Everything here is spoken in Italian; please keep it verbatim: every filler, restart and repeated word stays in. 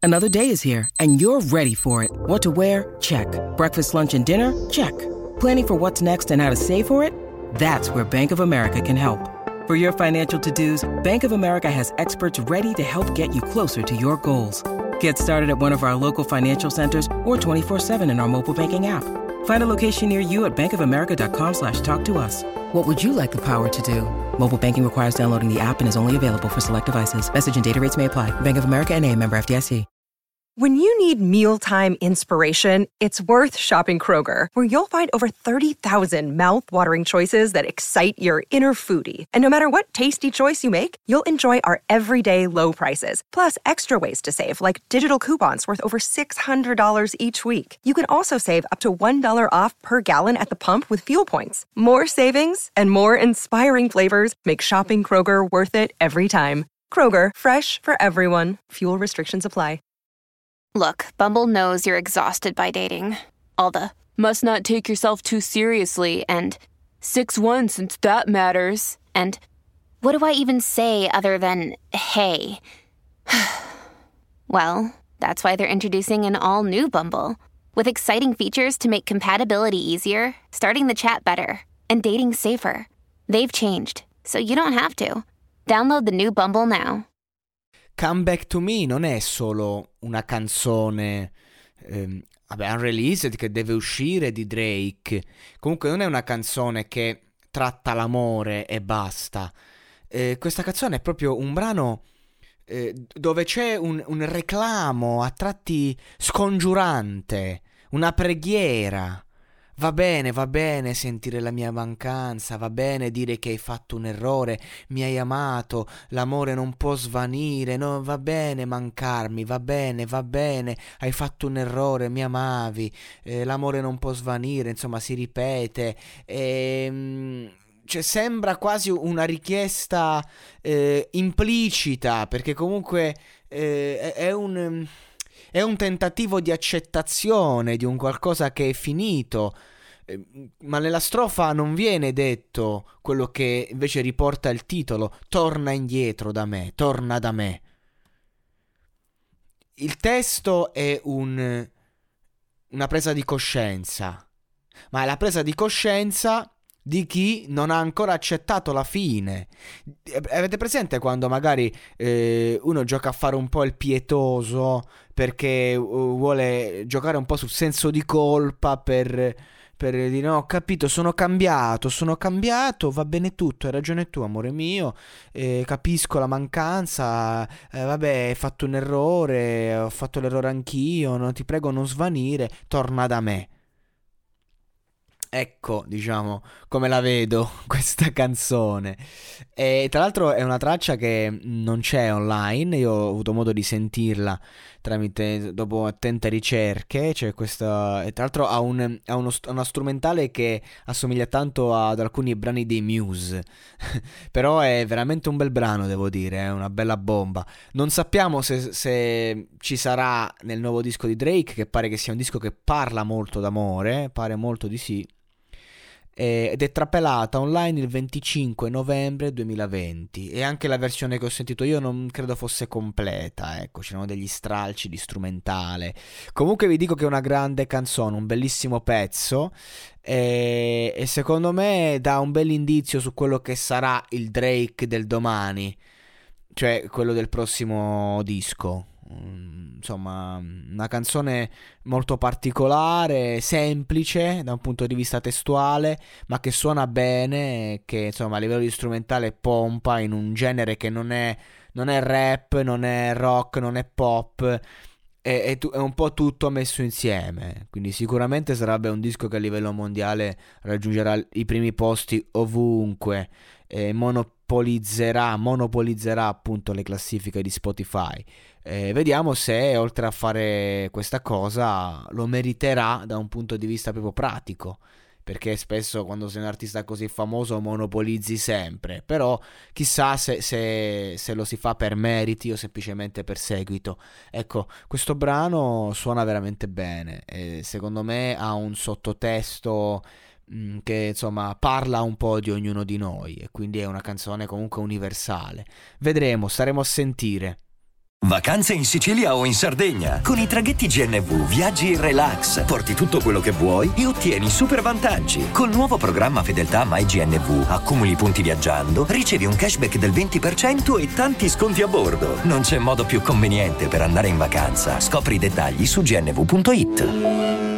Another day is here, and you're ready for it. What to wear? Check. Breakfast, lunch, and dinner? Check. Planning for what's next and how to save for it? That's where Bank of America can help. For your financial to-dos, Bank of America has experts ready to help get you closer to your goals. Get started at one of our local financial centers or twenty-four seven in our mobile banking app. Find a location near you at bankofamerica.com slash talk to us. What would you like the power to do? Mobile banking requires downloading the app and is only available for select devices. Message and data rates may apply. Bank of America N A, member F D I C. When you need mealtime inspiration, it's worth shopping Kroger, where you'll find over thirty thousand mouth-watering choices that excite your inner foodie. And no matter what tasty choice you make, you'll enjoy our everyday low prices, plus extra ways to save, like digital coupons worth over six hundred dollars each week. You can also save up to one dollar off per gallon at the pump with fuel points. More savings and more inspiring flavors make shopping Kroger worth it every time. Kroger, fresh for everyone. Fuel restrictions apply. Look, Bumble knows you're exhausted by dating. All the, must not take yourself too seriously, and six one since that matters, and what do I even say other than, hey? Well, that's why they're introducing an all-new Bumble, with exciting features to make compatibility easier, starting the chat better, and dating safer. They've changed, so you don't have to. Download the new Bumble now. Come Back to Me non è solo una canzone ehm, vabbè, unreleased che deve uscire di Drake. Comunque non è una canzone che tratta l'amore e basta. Eh, questa canzone è proprio un brano eh, dove c'è un, un reclamo a tratti scongiurante, una preghiera. Va bene, va bene sentire la mia mancanza, va bene dire che hai fatto un errore, mi hai amato, l'amore non può svanire, no, va bene mancarmi, va bene, va bene, hai fatto un errore, mi amavi, eh, l'amore non può svanire, insomma si ripete, e, cioè, sembra quasi una richiesta eh, implicita, perché comunque eh, è, è un... È un tentativo di accettazione di un qualcosa che è finito, eh, ma nella strofa non viene detto quello che invece riporta il titolo: torna indietro da me, torna da me. Il testo è un, una presa di coscienza, ma è la presa di coscienza di chi non ha ancora accettato la fine. Avete presente quando magari eh, uno gioca a fare un po' il pietoso perché uh, vuole giocare un po' sul senso di colpa, per, per dire no, ho capito, sono cambiato, sono cambiato, va bene tutto, hai ragione tu amore mio, eh, capisco la mancanza, eh, vabbè hai fatto un errore, ho fatto l'errore anch'io, no, ti prego non svanire, torna da me. Ecco, diciamo, come la vedo questa canzone. E tra l'altro è una traccia che non c'è online, io ho avuto modo di sentirla tramite, dopo attente ricerche. C'è questa, e tra l'altro ha, un, ha uno, una strumentale che assomiglia tanto ad alcuni brani dei Muse. Però è veramente un bel brano, devo dire, è una bella bomba. Non sappiamo se, se ci sarà nel nuovo disco di Drake, che pare che sia un disco che parla molto d'amore, pare molto di sì. Ed è trapelata online il venticinque novembre duemilaventi, e anche la versione che ho sentito io non credo fosse completa, ecco, c'erano degli stralci di strumentale. Comunque vi dico che è una grande canzone, un bellissimo pezzo, e, e secondo me dà un bel indizio su quello che sarà il Drake del domani, cioè quello del prossimo disco. Insomma, una canzone molto particolare, semplice da un punto di vista testuale, ma che suona bene, che insomma a livello di strumentale pompa in un genere che non è, non è rap, non è rock, non è pop, è, è, è un po' tutto messo insieme. Quindi sicuramente sarebbe un disco che a livello mondiale raggiungerà i primi posti ovunque, e monopolizzerà, monopolizzerà appunto le classifiche di Spotify. Eh, vediamo se oltre a fare questa cosa lo meriterà da un punto di vista proprio pratico, perché spesso quando sei un artista così famoso monopolizzi sempre, però chissà se, se, se lo si fa per meriti o semplicemente per seguito. Ecco, questo brano suona veramente bene e secondo me ha un sottotesto mh, che insomma parla un po' di ognuno di noi, e quindi è una canzone comunque universale. Vedremo, staremo a sentire. Vacanze in Sicilia o in Sardegna. Con i traghetti G N V viaggi in relax, porti tutto quello che vuoi e ottieni super vantaggi. Col nuovo programma Fedeltà MyGNV accumuli punti viaggiando, ricevi un cashback del venti per cento e tanti sconti a bordo. Non c'è modo più conveniente per andare in vacanza. Scopri i dettagli su gnv punto it.